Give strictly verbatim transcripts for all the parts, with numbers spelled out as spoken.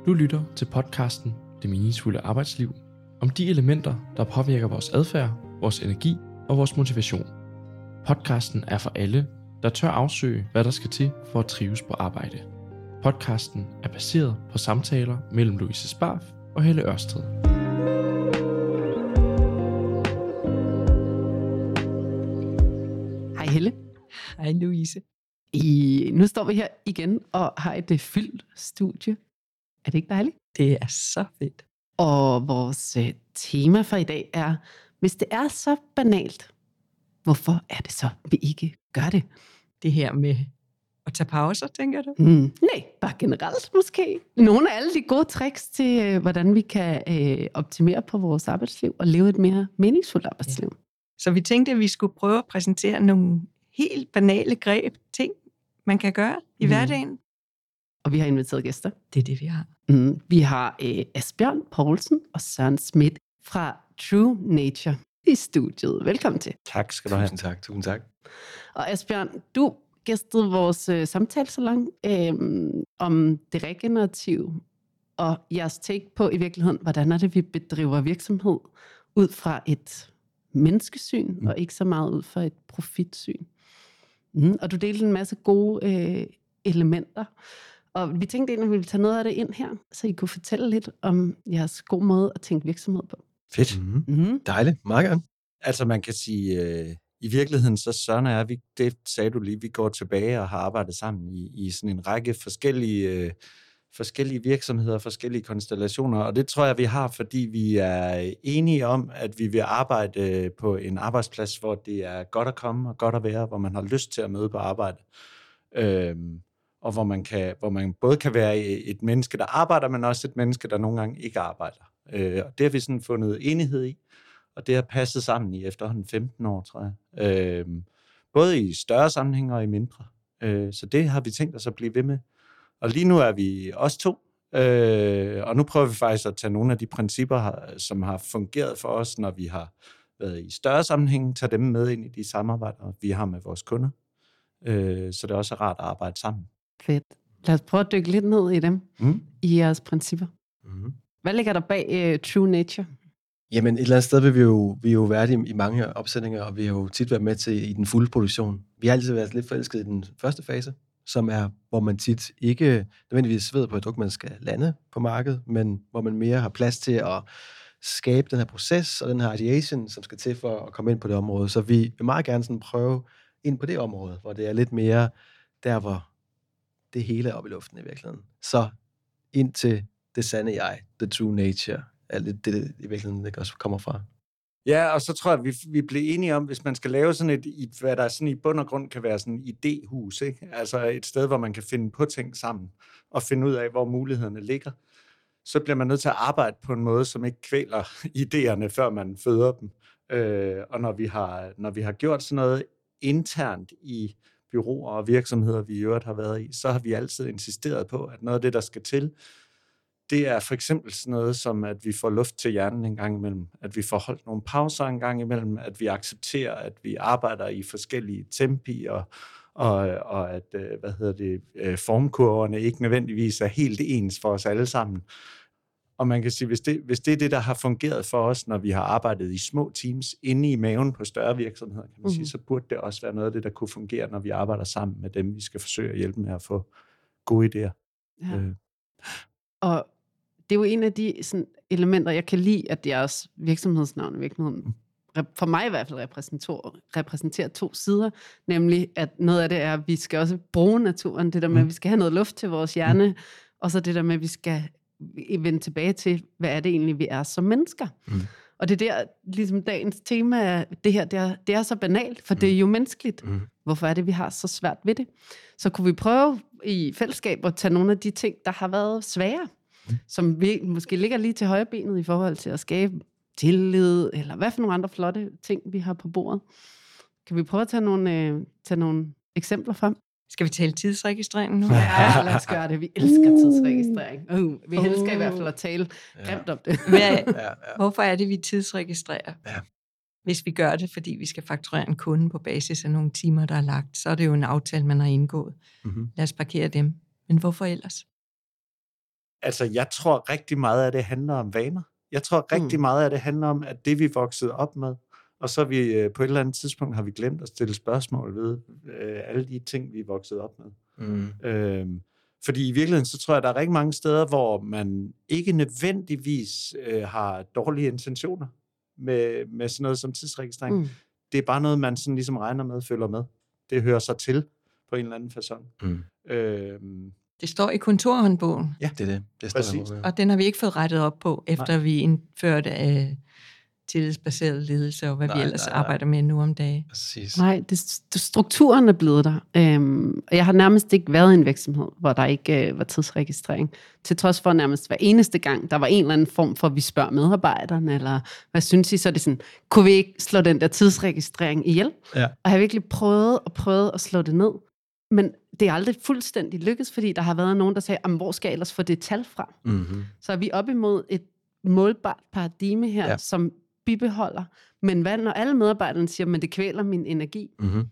Du lytter til podcasten Det meningsfulde arbejdsliv, om de elementer, der påvirker vores adfærd, vores energi og vores motivation. Podcasten er for alle, der tør afsøge, hvad der skal til for at trives på arbejde. Podcasten er baseret på samtaler mellem Louise Sparf og Helle Ørsted. Hej Helle. Hej Louise. I, nu står vi her igen og har et fyldt studie. Er det ikke dejligt? Det er så fedt. Og vores øh, tema for i dag er, hvis det er så banalt, hvorfor er det så, vi ikke gør det? Det her med at tage pauser, tænker du? Mm, nej, bare generelt måske. Nogle af alle de gode tricks til, øh, hvordan vi kan øh, optimere på vores arbejdsliv og leve et mere meningsfuldt arbejdsliv. Ja. Så vi tænkte, at vi skulle prøve at præsentere nogle helt banale greb, ting, man kan gøre i mm. hverdagen. Og vi har inviteret gæster. Det er det, vi har. Mm, vi har øh, Asbjørn Poulsen og Søren Schmidt fra True Nature i studiet. Velkommen til. Tak skal du have. Tusind tak, tusind tak. Og Asbjørn, du gæstede vores øh, samtalesalon øh, om det regenerative, og jeres take på i virkeligheden, hvordan er det, vi bedriver virksomhed ud fra et menneskesyn, mm. og ikke så meget ud fra et profitsyn. Mm, og du delte en masse gode øh, elementer. Og vi tænkte egentlig, at vi ville tage noget af det ind her, så I kunne fortælle lidt om jeres gode måde at tænke virksomhed på. Fedt. Mm-hmm. Mm-hmm. Dejligt. Meget gerne. Altså man kan sige, øh, i virkeligheden så Søren og jeg, vi, det sagde du lige, vi går tilbage og har arbejdet sammen i, i sådan en række forskellige, øh, forskellige virksomheder, forskellige konstellationer. Og det tror jeg, vi har, fordi vi er enige om, at vi vil arbejde på en arbejdsplads, hvor det er godt at komme og godt at være, hvor man har lyst til at møde på arbejde. Øh, og hvor man, kan, hvor man både kan være et menneske, der arbejder, men også et menneske, der nogle gange ikke arbejder. Øh, og det har vi sådan fundet enighed i, og det har passet sammen i efterhånden femten år, tror jeg. Øh, både i større sammenhænge og i mindre. Øh, så det har vi tænkt os at blive ved med. Og lige nu er vi også to, øh, og nu prøver vi faktisk at tage nogle af de principper, som har fungeret for os, når vi har været i større sammenhænge, tage dem med ind i de samarbejder, vi har med vores kunder. Øh, så det er også rart at arbejde sammen. Fedt. Lad os prøve at dykke lidt ned i dem, mm. i jeres principper. Mm. Hvad ligger der bag uh, True Nature? Jamen et eller andet sted vil vi jo, vi jo være i, i mange opsætninger, og vi har jo tit været med til i den fulde produktion. Vi har altid været lidt forelsket i den første fase, som er, hvor man tit ikke nødvendigvis ved på et produkt, man skal lande på markedet, men hvor man mere har plads til at skabe den her proces og den her ideation, som skal til for at komme ind på det område. Så vi vil meget gerne sådan prøve ind på det område, hvor det er lidt mere der, hvor det hele er oppe i luften i virkeligheden. Så ind til det sande jeg, the true nature, er lidt det, det i virkeligheden det også kommer fra. Ja, og så tror jeg, at vi, vi blev enige om, hvis man skal lave sådan et, hvad der sådan i bund og grund kan være sådan et idéhus, ikke? Altså et sted, hvor man kan finde på ting sammen, og finde ud af, hvor mulighederne ligger, så bliver man nødt til at arbejde på en måde, som ikke kvæler idéerne, før man føder dem. Øh, og når vi, har, når vi har gjort sådan noget internt i bureauer og virksomheder, vi i øvrigt har været i, så har vi altid insisteret på, at noget af det, der skal til, det er for eksempel sådan noget som, at vi får luft til hjernen en gang imellem, at vi får holdt nogle pauser en gang imellem, at vi accepterer, at vi arbejder i forskellige tempi, og, og, og at hvad hedder det, formkurverne ikke nødvendigvis er helt ens for os alle sammen. Og man kan sige, hvis det, hvis det er det, der har fungeret for os, når vi har arbejdet i små teams inde i maven på større virksomheder, kan man mm. sige, så burde det også være noget af det, der kunne fungere, når vi arbejder sammen med dem, vi skal forsøge at hjælpe med at få gode idéer. Ja. Øh. Og det er jo en af de sådan, elementer, jeg kan lide, at jeres virksomhedsnavn i virkeligheden, mm. for mig i hvert fald, repræsenterer, repræsenterer to sider, nemlig at noget af det er, at vi skal også bruge naturen, det der med, mm. at vi skal have noget luft til vores hjerne, mm. og så det der med, at vi skal vende tilbage til, hvad er det egentlig, vi er som mennesker. Mm. Og det er der, ligesom dagens tema er, det her, det er, det er så banalt, for mm. det er jo menneskeligt. Mm. Hvorfor er det, vi har så svært ved det? Så kunne vi prøve i fællesskab at tage nogle af de ting, der har været svære, mm. som vi måske ligger lige til højre benet i forhold til at skabe tillid, eller hvad for nogle andre flotte ting, vi har på bordet. Kan vi prøve at tage nogle, øh, tage nogle eksempler frem? Skal vi tale tidsregistrering nu? Ja, lad os gøre det. Vi elsker uh. tidsregistrering. Uh, vi uh. elsker i hvert fald at tale grimt om det. Hvad, ja, ja. Hvorfor er det, vi tidsregistrerer? Ja. Hvis vi gør det, fordi vi skal fakturere en kunde på basis af nogle timer, der er lagt, så er det jo en aftale, man har indgået. Mm-hmm. Lad os parkere dem. Men hvorfor ellers? altså, jeg tror rigtig meget af det handler om vaner. Jeg tror rigtig mm. meget af det handler om, at det vi voksede op med, og så vi øh, på et eller andet tidspunkt har vi glemt at stille spørgsmål ved øh, alle de ting, vi er vokset op med. Mm. Øh, fordi i virkeligheden, så tror jeg, der er rigtig mange steder, hvor man ikke nødvendigvis øh, har dårlige intentioner med, med sådan noget som tidsregistrering. Mm. Det er bare noget, man sådan ligesom regner med, følger med. Det hører sig til på en eller anden facon. Mm. Øh, Det står i kontorhåndbogen. Ja, det er det. Det står Præcis. der, og den har vi ikke fået rettet op på, efter nej. vi indførte uh, tillidsbaseret ledelse, og hvad nej, vi ellers nej, nej. arbejder med nu om dagen. Præcis. Nej, det, det, strukturen er blevet der. Øhm, og jeg har nærmest ikke været i en virksomhed, hvor der ikke øh, var tidsregistrering. Til trods for nærmest hver eneste gang, der var en eller anden form for, at vi spørger medarbejderne, eller hvad synes I, så er det sådan, kunne vi ikke slå den der tidsregistrering ihjel? Ja. Og jeg har virkelig prøvet og prøvet at slå det ned. Men det er aldrig fuldstændig lykkes, fordi der har været nogen, der sagde, hvor skal jeg ellers få det tal fra? Mm-hmm. Så er vi op imod et målbart paradigme her, ja. som bibeholder. Men hvad, når alle medarbejderne siger, men det kvæler min energi? Mm-hmm.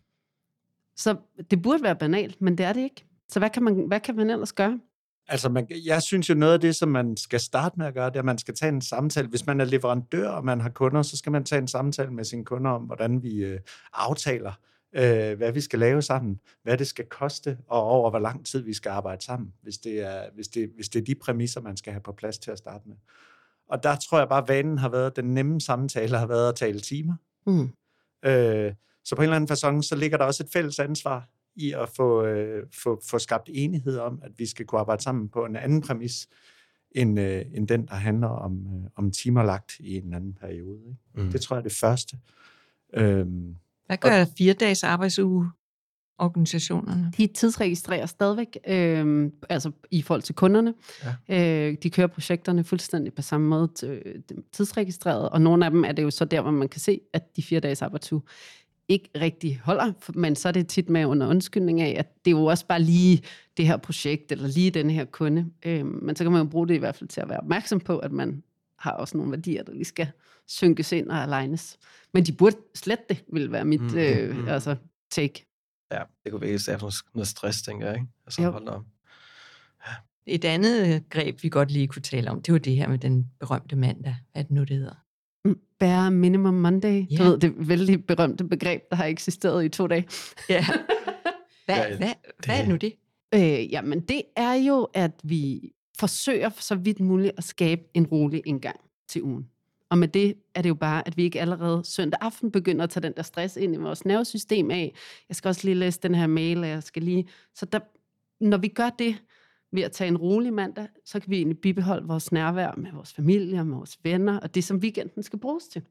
Så det burde være banalt, men det er det ikke. Så hvad kan man, hvad kan man ellers gøre? Altså, man, jeg synes jo, noget af det, som man skal starte med at gøre, det er, at man skal tage en samtale. Hvis man er leverandør, og man har kunder, så skal man tage en samtale med sine kunder om, hvordan vi øh, aftaler, øh, hvad vi skal lave sammen, hvad det skal koste, og over hvor lang tid vi skal arbejde sammen, hvis det er, hvis det, hvis det er de præmisser, man skal have på plads til at starte med. Og der tror jeg bare, at vanen har været, den nemme samtale har været at tale timer. Mm. Øh, så på en eller anden facon, så ligger der også et fælles ansvar i at få, øh, få, få skabt enighed om, at vi skal kunne arbejde sammen på en anden præmis, end, øh, end den, der handler om, øh, om timer lagt i en anden periode. Ikke? Mm. Det tror jeg er det første. Øhm, Hvad gør og, fire dages arbejdsuge organisationerne? De tidsregistrerer stadigvæk, øh, altså i forhold til kunderne. Ja. Øh, de kører projekterne fuldstændig på samme måde øh, tidsregistreret, og nogle af dem er det jo så der, hvor man kan se, at de fire dages arbejdsuge ikke rigtig holder, men så er det tit med under undskyldning af, at det er jo også bare lige det her projekt, eller lige denne her kunde. Øh, men så kan man jo bruge det i hvert fald til at være opmærksom på, at man har også nogle værdier, der lige skal synkes ind og alignes. Men de burde slet det, vil være mit mm, øh, mm. altså, take. Ja, det kunne virkelig have noget stress, tænker jeg, ikke? Altså, hold om. Ja. Et andet greb, vi godt lige kunne tale om, det var det her med den berømte mandag. Hvad er det nu, det hedder? Bare minimum Monday. Ja. Du ved, det er vældig berømte begreb, der har eksisteret i to dage. Ja. Hvad, ja, hvad, det... hvad er nu det? Øh, jamen, det er jo, at vi forsøger så vidt muligt at skabe en rolig indgang til ugen. Og med det er det jo bare, at vi ikke allerede søndag aften begynder at tage den der stress ind i vores nervesystem af. Jeg skal også lige læse den her mail, og jeg skal lige... Så der, når vi gør det ved at tage en rolig mandag, så kan vi egentlig bibeholde vores nærvær med vores familie, med vores venner, og det som weekenden skal bruges til.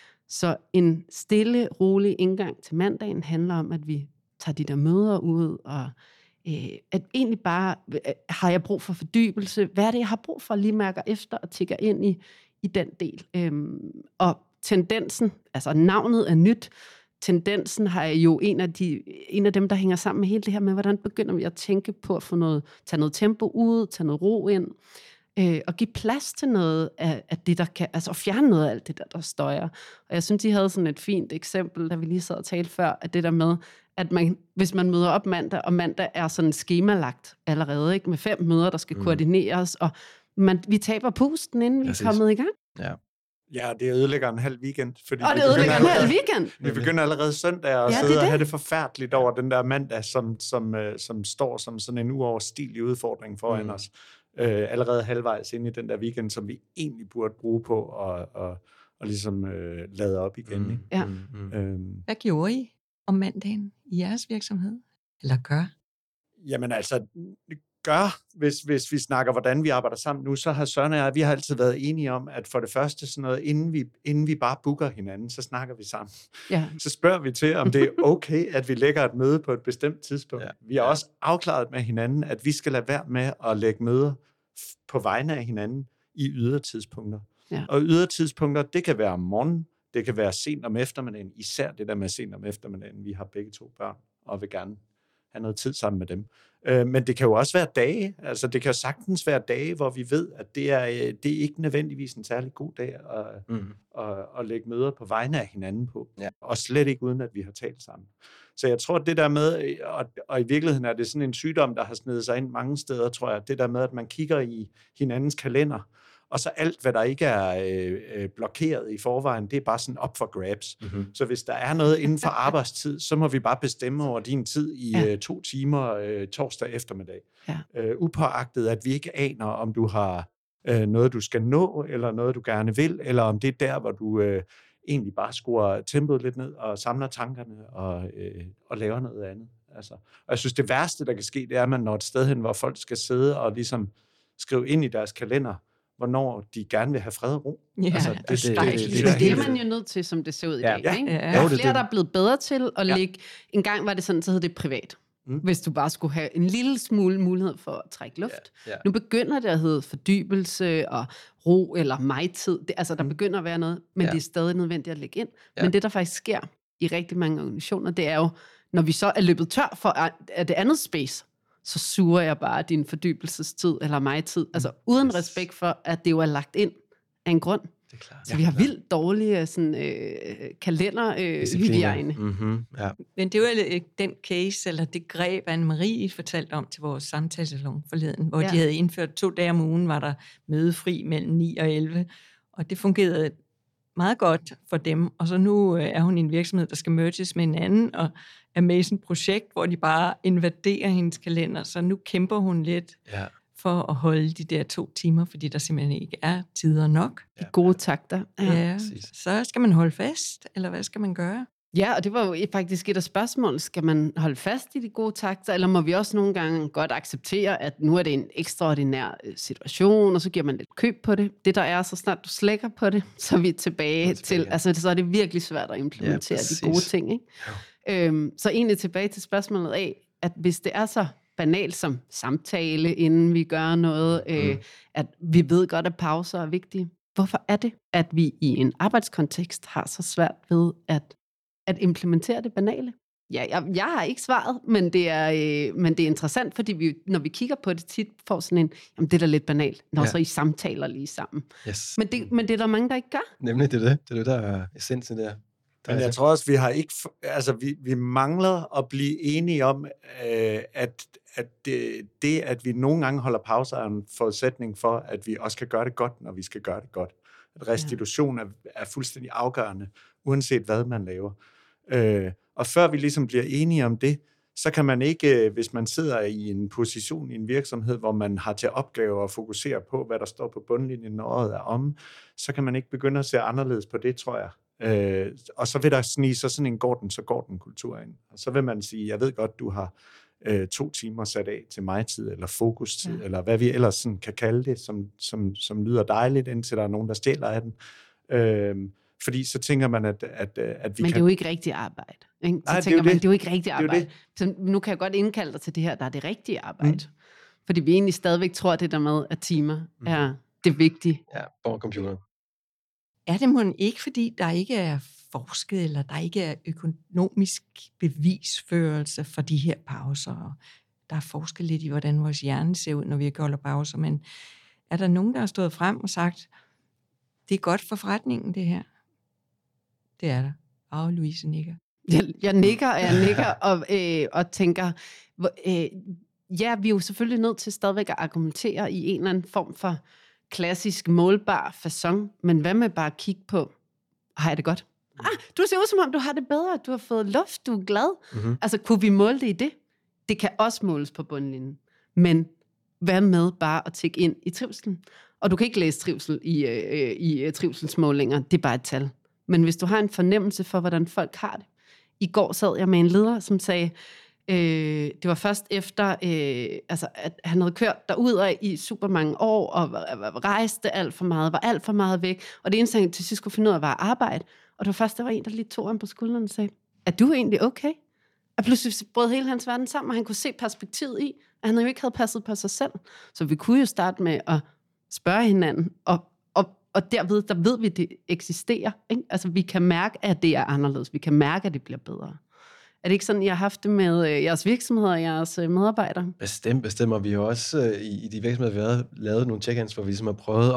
Så en stille, rolig indgang til mandagen handler om, at vi tager de der møder ud, og øh, at egentlig bare, øh, har jeg brug for fordybelse? Hvad er det, jeg har brug for? Lige mærker efter og tigger ind i i den del. Øhm, og tendensen, altså navnet er nyt, tendensen har jo en af, de, en af dem, der hænger sammen med hele det her med, hvordan begynder vi at tænke på at få noget, tage noget tempo ud, tage noget ro ind, øh, og give plads til noget af, af det, der kan, altså at fjerne noget af alt det der, der støjer. Og jeg synes, de havde sådan et fint eksempel, da vi lige sad og talte før, at det der med, at man, hvis man møder op mandag, og mandag er sådan skemalagt allerede, ikke, med fem møder, der skal mm. koordineres, og man, vi taber pusten, inden vi er kommet i gang. Ja. Ja, det ødelægger en halv weekend. Fordi og det ødelægger en halv weekend. Vi begynder allerede søndag at ja, sidde det og have det forfærdeligt over den der mandag, som, som, som står som sådan en uoverstigelig udfordring foran mm. os. Øh, allerede halvvejs ind i den der weekend, som vi egentlig burde bruge på at og, og ligesom øh, lade op igen. Mm. Ikke? Ja. Mm. Øhm. Hvad gjorde I om mandagen i jeres virksomhed? Eller gør? Jamen altså... gør, hvis, hvis vi snakker, hvordan vi arbejder sammen nu, så har Søren og jeg, vi har altid været enige om, at for det første, sådan noget, inden vi, inden vi bare booker hinanden, så snakker vi sammen. Ja. Så spørger vi til, om det er okay, at vi lægger et møde på et bestemt tidspunkt. Ja. Vi har også afklaret med hinanden, at vi skal lade være med at lægge møder på vegne af hinanden i ydertidspunkter. Ja. Og ydertidspunkter, det kan være om morgenen, det kan være sent om eftermiddagen, især det der med sent om eftermiddagen. Vi har begge to børn, og vil gerne have noget tid sammen med dem. Øh, men det kan jo også være dage, altså det kan jo sagtens være dage, hvor vi ved, at det er, det er ikke nødvendigvis en særlig god dag at, mm. at, at lægge møder på vegne af hinanden på, ja. Og slet ikke uden, at vi har talt sammen. Så jeg tror, det der med, og, og i virkeligheden er det sådan en sygdom, der har snedet sig ind mange steder, tror jeg, det der med, at man kigger i hinandens kalender, og så alt, hvad der ikke er øh, blokeret i forvejen, det er bare sådan op for grabs. Mm-hmm. Så hvis der er noget inden for arbejdstid, så må vi bare bestemme over din tid i ja. øh, to timer øh, torsdag eftermiddag. Ja. Øh, upåagtet, at vi ikke aner, om du har øh, noget, du skal nå, eller noget, du gerne vil, eller om det er der, hvor du øh, egentlig bare skruer tempoet lidt ned, og samler tankerne, og, øh, og laver noget andet. Altså, og jeg synes, det værste, der kan ske, det er, at man når et sted hen, hvor folk skal sidde og ligesom skrive ind i deres kalender, hvornår de gerne vil have fred og ro. Ja, altså, det, det, det, det, det, det, det, det er man jo nødt til, som det ser ud i dag. Ja. Ikke? Ja. Der er flere, der er blevet bedre til at ja. lægge... En gang var det sådan, så hed det privat. Mm. Hvis du bare skulle have en lille smule mulighed for at trække luft. Ja. Ja. Nu begynder det at hedde fordybelse og ro eller mig-tid. Det, altså, der mm. begynder at være noget, men ja. det er stadig nødvendigt at lægge ind. Ja. Men det, der faktisk sker i rigtig mange organisationer, det er jo, når vi så er løbet tør for af det andet space, så suger jeg bare din fordybelsestid eller mig-tid. Altså uden yes. respekt for, at det jo er lagt ind af en grund. Det er klart. Så vi har vildt dårlige sådan, øh, kalenderhygiejne. Øh, mm-hmm. ja. Men det var den case, eller det greb, Anne-Marie fortalte om til vores samtalesalon forleden, hvor ja. de havde indført to dage om ugen, var der mødefri mellem ni og elleve, og det fungerede meget godt for dem. Og så nu er hun i en virksomhed, der skal merges med en anden, og er med i sådan et projekt, hvor de bare invaderer hendes kalender, så nu kæmper hun lidt ja. for at holde de der to timer, fordi der simpelthen ikke er tider nok. De gode takter. Ja, ja. Så skal man holde fast, eller hvad skal man gøre? Ja, og det var jo faktisk et af spørgsmålene. Skal man holde fast i de gode takter, eller må vi også nogle gange godt acceptere, at nu er det en ekstraordinær situation, og så giver man lidt køb på det. Det der er, så snart du slækker på det, så er vi tilbage, tilbage til, ja. altså så er det virkelig svært at implementere ja, de gode ting, ikke? Ja. Øhm, så egentlig tilbage til spørgsmålet af, at hvis det er så banalt som samtale, inden vi gør noget, mm. øh, at vi ved godt, at pauser er vigtige. Hvorfor er det, at vi i en arbejdskontekst har så svært ved at at implementere det banale? Ja, jeg, jeg har ikke svaret, men det er, øh, men det er interessant, fordi vi, når vi kigger på det, tit får sådan en, jamen det er da lidt banalt, når ja. så I samtaler lige sammen. Yes. Men, det, men det er der mange, der ikke gør. Nemlig, det er det. Det er det, der er essensen der. der men jeg tror også, vi har ikke, altså vi, vi mangler at blive enige om, øh, at, at det, det, at vi nogle gange holder pauser, er en forudsætning for, at vi også kan gøre det godt, når vi skal gøre det godt. At restitution ja. er, er fuldstændig afgørende, uanset hvad man laver. Øh, og før vi ligesom bliver enige om det, så kan man ikke, hvis man sidder i en position i en virksomhed, hvor man har til opgave at fokusere på, hvad der står på bundlinjen, når året er om, så kan man ikke begynde at se anderledes på det, tror jeg. Øh, og så vil der snige sig sådan en går den, så går den kultur ind. Og så vil man sige, jeg ved godt, du har øh, to timer sat af til mig-tid, eller fokustid, ja. eller hvad vi ellers sådan kan kalde det, som, som, som lyder dejligt, indtil der er nogen, der stjæler af den. Øh, Fordi så tænker man, at, at, at vi Men kan... det er jo ikke rigtig arbejde. Ikke? Så Nej, tænker det man, det. det er jo ikke rigtig arbejde. Det det. Så nu kan jeg godt indkalde dig til det her, der er det rigtige arbejde. Mm. Fordi vi egentlig stadigvæk tror, det der med, at timer mm. er det vigtige. Ja, på computeren. Er det måske ikke, fordi der ikke er forsket, eller der ikke er økonomisk bevisførelse for de her pauser? Der er forsket lidt i, hvordan vores hjerne ser ud, når vi ikke holder pauser. Men er der nogen, der har stået frem og sagt, det er godt for forretningen, det her? Det er der. Og Louise nikker. Jeg, jeg nikker, og jeg nikker og, øh, og tænker, øh, ja, vi er jo selvfølgelig nødt til stadigvæk at argumentere i en eller anden form for klassisk målbar facon, men hvad med bare at kigge på, har jeg det godt? Ah, du ser ud som om, du har det bedre, du har fået luft, du er glad. Mm-hmm. Altså, kunne vi måle det i det? Det kan også måles på bundlinjen, men hvad med bare at tjekke ind i trivselen? Og du kan ikke læse trivsel i, øh, i trivselsmålinger, det er bare et tal. Men hvis du har en fornemmelse for, hvordan folk har det. I går sad jeg med en leder, som sagde, øh, det var først efter, øh, altså, at han havde kørt derud i super mange år, og rejste alt for meget, var alt for meget væk. Og det eneste, han til sidst skulle finde ud af, var arbejde. Og det var først, der var en, der lige tog ham på skulderen og sagde, er du egentlig okay? Og pludselig brød hele hans verden sammen, og han kunne se perspektivet i, at han jo ikke havde passet på sig selv. Så vi kunne jo starte med at spørge hinanden, og Og derved, der ved vi, at det eksisterer. Ikke? Altså, vi kan mærke, at det er anderledes. Vi kan mærke, at det bliver bedre. Er det ikke sådan, I har haft det med øh, jeres virksomheder og jeres øh, medarbejdere? Bestemt, bestemt. Og vi har også øh, i, i de virksomheder, vi har lavet nogle check-ins, hvor vi ligesom har prøvet at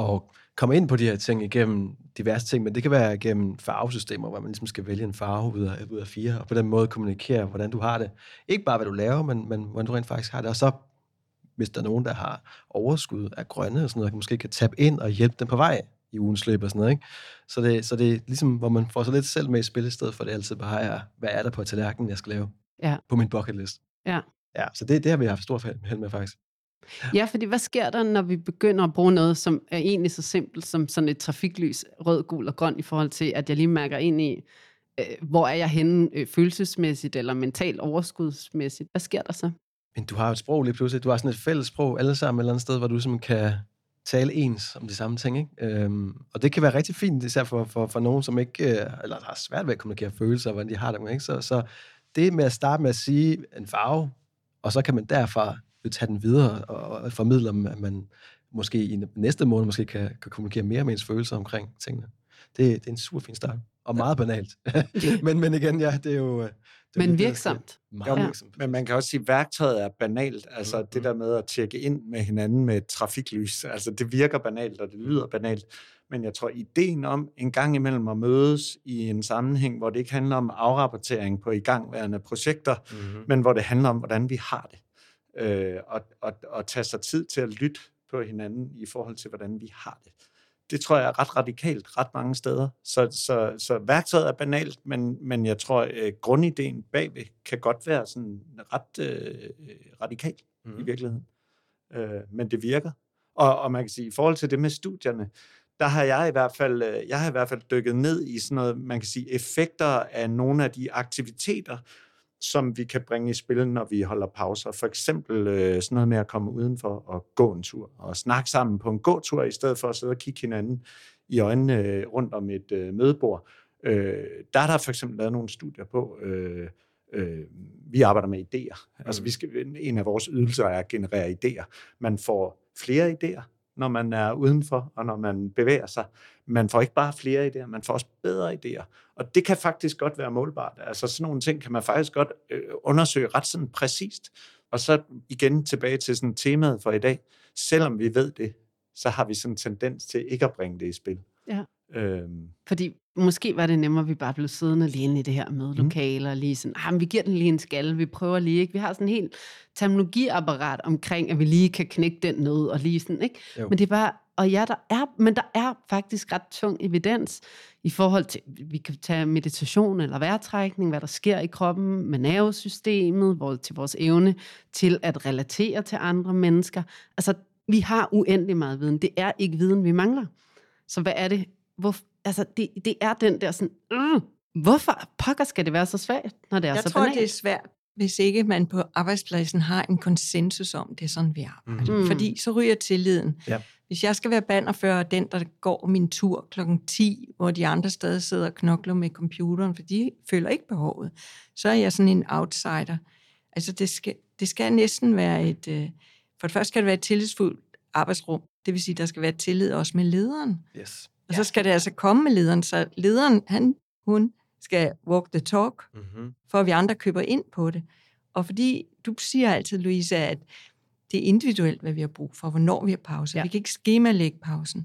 kommer ind på de her ting igennem diverse ting, men det kan være gennem farvesystemer, hvor man ligesom skal vælge en farve ud af, ud af fire, og på den måde kommunikere, hvordan du har det. Ikke bare, hvad du laver, men, men hvordan du rent faktisk har det. Og så, hvis der er nogen, der har overskud af grønne og sådan noget, måske kan tabe ind og hjælpe dem på vej i ugens løb og sådan noget, ikke? Så det, så det er ligesom, hvor man får så lidt selv med i spil, i stedet for det altid bare er, hvad er der på tallerkenen, jeg skal lave ja. på min bucket list. Ja. Ja, så det, det har vi haft stor held med, faktisk. Ja, fordi hvad sker der, når vi begynder at bruge noget, som er egentlig så simpelt som sådan et trafiklys, rød, gul og grøn, i forhold til, at jeg lige mærker ind i, øh, hvor er jeg henne øh, følelsesmæssigt eller mentalt overskudsmæssigt. Hvad sker der så? Men du har jo et sprog lige pludselig. Du har sådan et fælles sprog alle sammen et eller andet sted, hvor du simpelthen kan tale ens om de samme ting, ikke? Øhm, og det kan være rigtig fint, især for, for, for nogen, som ikke øh, eller har svært ved at kommunikere følelser, hvordan de har det, ikke? Så, så det med at starte med at sige en farve, og så kan man derfra tage den videre og, og formidle, at man måske i næste måned måske kan, kan kommunikere mere med ens følelser omkring tingene. Det, det er en super fin start. Og meget banalt. men, men igen, ja, det er jo... Det er men virksomt. Jo, ja. Men man kan også sige, at værktøjet er banalt. Altså mm-hmm. det der med at tjekke ind med hinanden med et trafiklys. Altså det virker banalt, og det lyder banalt. Men jeg tror, ideen om en gang imellem at mødes i en sammenhæng, hvor det ikke handler om afrapportering på igangværende projekter, mm-hmm. men hvor det handler om, hvordan vi har det. Øh, og, og, og tage sig tid til at lytte på hinanden i forhold til, hvordan vi har det. Det tror jeg er ret radikalt ret mange steder. Så, så, så værktøjet er banalt, men, men jeg tror, at grundideen bagved kan godt være sådan ret øh, radikal mm. i virkeligheden. Øh, men det virker. Og, og man kan sige, i forhold til det med studierne, der har jeg i hvert fald, jeg har i hvert fald dykket ned i sådan noget, man kan sige, effekter af nogle af de aktiviteter, som vi kan bringe i spil, når vi holder pauser. For eksempel øh, sådan noget med at komme udenfor og gå en tur, og snakke sammen på en gåtur, i stedet for at sidde og kigge hinanden i øjnene øh, rundt om et øh, mødebord. Øh, der er der for eksempel lavet nogle studier på. Øh, øh, vi arbejder med idéer. Mm. Altså, vi skal, en af vores ydelser er at generere idéer. Man får flere idéer, når man er udenfor, og når man bevæger sig. Man får ikke bare flere idéer, man får også bedre idéer. Og det kan faktisk godt være målbart. Altså sådan nogle ting kan man faktisk godt øh, undersøge ret sådan præcist. Og så igen tilbage til sådan temaet for i dag. Selvom vi ved det, så har vi sådan en tendens til ikke at bringe det i spil. Ja. Øhm. Fordi måske var det nemmere, at vi bare blev siddende alene i det her mødelokale, mm. og lige sådan, ah, men vi giver den lige en skalle, vi prøver lige, ikke? Vi har sådan en helt terminologiapparat omkring, at vi lige kan knække den nød, og lige sådan, ikke? Jo. Men det er bare, og ja, der er, men der er faktisk ret tung evidens i forhold til, vi kan tage meditation eller vejrtrækning, hvad der sker i kroppen med nervesystemet, hvor, til vores evne til at relatere til andre mennesker. Altså, vi har uendelig meget viden. Det er ikke viden, vi mangler. Så hvad er det? Hvor, altså, det, det er den der sådan, øh, hvorfor pokker skal det være så svært, når det er Jeg så tror, banalt? det er svært, hvis ikke man på arbejdspladsen har en konsensus om, det er sådan, vi arbejder. Mm. Fordi så ryger tilliden. Ja. Hvis jeg skal være bannerfører, den, der går min tur klokken ti, hvor de andre stadig sidder og knokler med computeren, for de føler ikke behovet, så er jeg sådan en outsider. Altså, det skal, det skal næsten være et... Øh, for det første skal det være et tillidsfuldt arbejdsrum. Det vil sige, der skal være tillid også med lederen. Yes. Og så skal det altså komme med lederen, så lederen, han, hun skal walk the talk, Mm-hmm. for at vi andre køber ind på det. Og fordi, du siger altid, Louise, at det er individuelt, hvad vi har brug for, hvornår vi har pause. Ja. Vi kan ikke skemalægge pausen.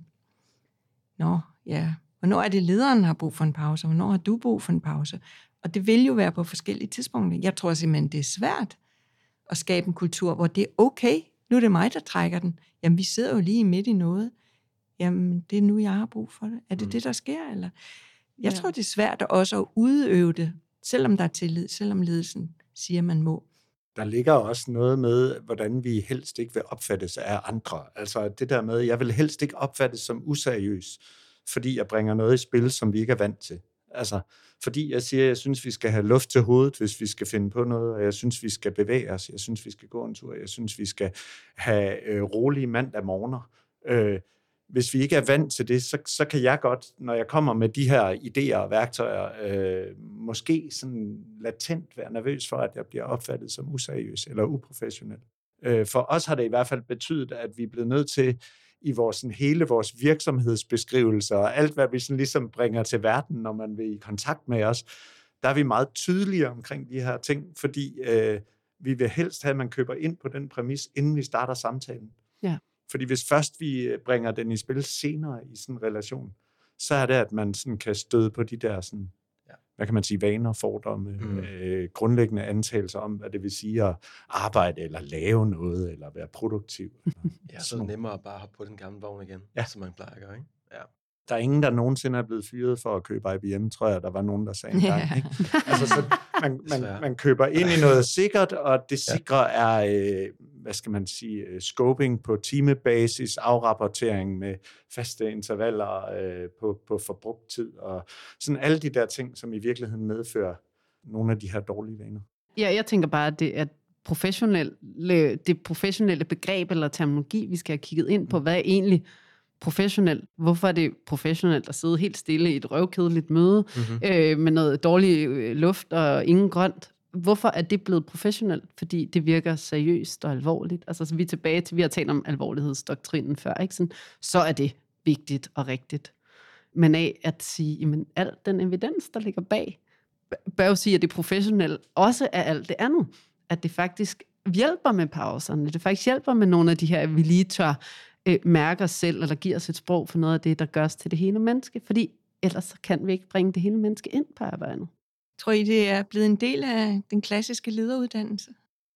Nå, ja. Hvornår er det, lederen har brug for en pause, og hvornår har du brug for en pause? Og det vil jo være på forskellige tidspunkter. Jeg tror simpelthen, det er svært at skabe en kultur, hvor det er okay. Nu er det mig, der trækker den. Jamen, vi sidder jo lige midt i noget. Jamen, det er nu, jeg har brug for det. Er det mm. det, der sker? Eller? Jeg ja. tror, det er svært også at udøve det, selvom der er tillid, selvom ledelsen siger, man må. Der ligger også noget med, hvordan vi helst ikke vil opfattes af andre. Altså det der med, jeg vil helst ikke opfattes som useriøs, fordi jeg bringer noget i spil, som vi ikke er vant til. Altså, fordi jeg siger, jeg synes, vi skal have luft til hovedet, hvis vi skal finde på noget, og jeg synes, vi skal bevæge os, jeg synes, vi skal gå en tur, jeg synes, vi skal have øh, rolige mandag morgener. Øh, hvis vi ikke er vant til det, så, så kan jeg godt, når jeg kommer med de her idéer og værktøjer, øh, måske sådan latent være nervøs for, at jeg bliver opfattet som useriøs eller uprofessionel. Øh, for os har det i hvert fald betydet, at vi er blevet nødt til i vores, sådan, hele vores virksomhedsbeskrivelser og alt, hvad vi sådan ligesom bringer til verden, når man vil i kontakt med os, der er vi meget tydelige omkring de her ting, fordi øh, vi vil helst have, at man køber ind på den præmis, inden vi starter samtalen. Ja. Fordi hvis først vi bringer den i spil senere i sådan en relation, så er det, at man sådan kan støde på de der sådan, ja. hvad kan man sige, vaner, fordomme, mm. øh, grundlæggende antagelser om, hvad det vil sige at arbejde eller lave noget, eller være produktiv. Eller ja, så er det nemmere at bare hoppe på den gamle vogn igen, ja. som man plejer at gøre, ikke? Ja. Der er ingen, der nogensinde er blevet fyret for at købe I B M, tror jeg, der var nogen, der sagde engang. Yeah. Ikke? Altså, så man, man, man køber ind i noget sikkert, og det sikre er, øh, hvad skal man sige, scoping på timebasis, afrapportering med faste intervaller øh, på, på forbrugt tid, og sådan alle de der ting, som i virkeligheden medfører nogle af de her dårlige vaner. Ja, jeg tænker bare, at det er professionelle, det professionelle begreb eller terminologi, vi skal have kigget ind på, hvad er egentlig professionelt. Hvorfor er det professionelt at sidde helt stille i et røvkedeligt møde mm-hmm. øh, med noget dårlig luft og ingen grønt? Hvorfor er det blevet professionelt? Fordi det virker seriøst og alvorligt. Altså, så vi er tilbage til, vi har talt om alvorlighedsdoktrinen før, ikke? Sådan, så er det vigtigt og rigtigt. Men af at sige, jamen, al den evidens, der ligger bag, bør jo sige, at det professionelle også er alt det andet. At det faktisk hjælper med pauserne. Det faktisk hjælper med nogle af de her, vi lige tør mærker os selv, eller giver os et sprog for noget af det, der gørs til det hele menneske. Fordi ellers så kan vi ikke bringe det hele menneske ind på arbejdet. Tror I, det er blevet en del af den klassiske lederuddannelse?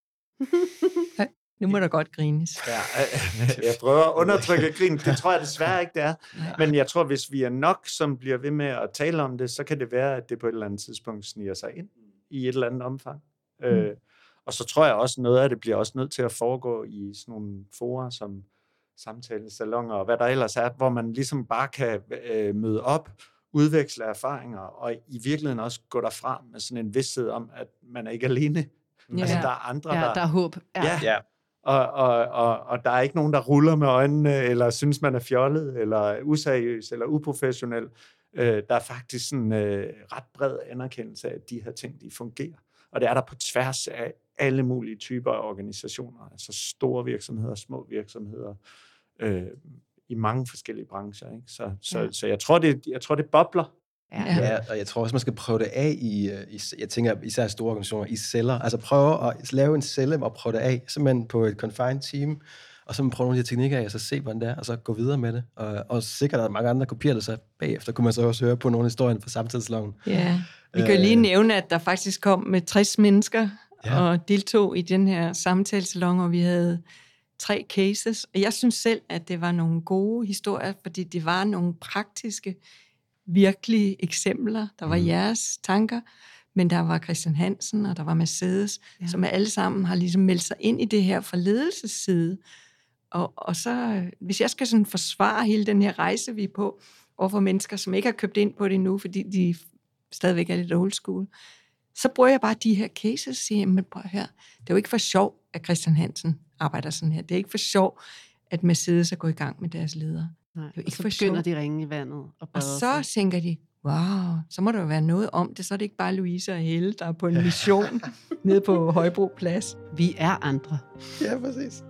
Ja, nu må der godt grines. Ja, jeg prøver at undertrykke grin. Det tror jeg desværre ikke, det er. Men jeg tror, hvis vi er nok, som bliver ved med at tale om det, så kan det være, at det på et eller andet tidspunkt sniger sig ind i et eller andet omfang. Mm. Øh, og så tror jeg også, noget af det bliver også nødt til at foregå i sådan nogle forer, som samtalesalonger og hvad der ellers er, hvor man ligesom bare kan øh, møde op, udveksle erfaringer, og i virkeligheden også gå derfra med sådan en vidsthed om, at man er ikke alene. Ja. Altså, der er andre, ja, der... der er håb. Ja, ja. ja. Og, og, og, og der er ikke nogen, der ruller med øjnene, eller synes, man er fjollet, eller useriøs, eller uprofessionel. Øh, der er faktisk sådan øh, ret bred anerkendelse af, at de her ting, de fungerer. Og det er der på tværs af alle mulige typer af organisationer, altså store virksomheder, små virksomheder, øh, i mange forskellige brancher. Ikke? Så, så, ja. så jeg, tror, det, jeg tror, det bobler. Ja. ja, og jeg tror også, man skal prøve det af i, i jeg tænker især store organisationer, i celler. Altså prøve at lave en celle og prøve det af, simpelthen på et confined team, og så prøve nogle af de teknikker af, og så se, hvordan det er, og så gå videre med det. Og, og sikkert, at mange andre kopierer det, så bagefter kunne man så også høre på nogle historier fra samtidsloven. Ja, vi kan jo lige nævne, at der faktisk kom med tres mennesker, ja. og deltog i den her samtalesalon, og vi havde tre cases. Og jeg synes selv, at det var nogle gode historier, fordi det var nogle praktiske, virkelige eksempler. Der var mm. jeres tanker, men der var Christian Hansen, og der var Mercedes, ja. som alle sammen har ligesom meldt sig ind i det her fra ledelsesside. Og, og så, hvis jeg skal sådan forsvare hele den her rejse, vi er på, overfor mennesker, som ikke har købt ind på det endnu, fordi de stadigvæk er lidt old school, så bruger jeg bare de her cases og siger, men prøv her, det er jo ikke for sjov, at Christian Hansen arbejder sådan her. Det er ikke for sjov, at Mercedes er gået i gang med deres ledere. Nej, det er jo ikke så for begynder sjov. de ringe i vandet. Og, og så sig. tænker de, wow, så må der jo være noget om det. Så er det ikke bare Louise og Helle, der er på en mission nede på Højbro Plads. Vi er andre. Ja, præcis.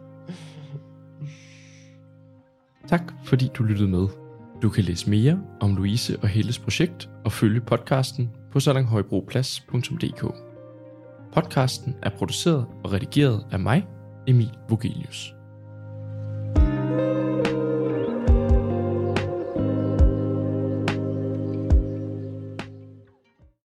Tak fordi du lyttede med. Du kan læse mere om Louise og Helles projekt og følge podcasten på salonghøjbroplads punktum d k. Podcasten er produceret og redigeret af mig, Emil Vogelius.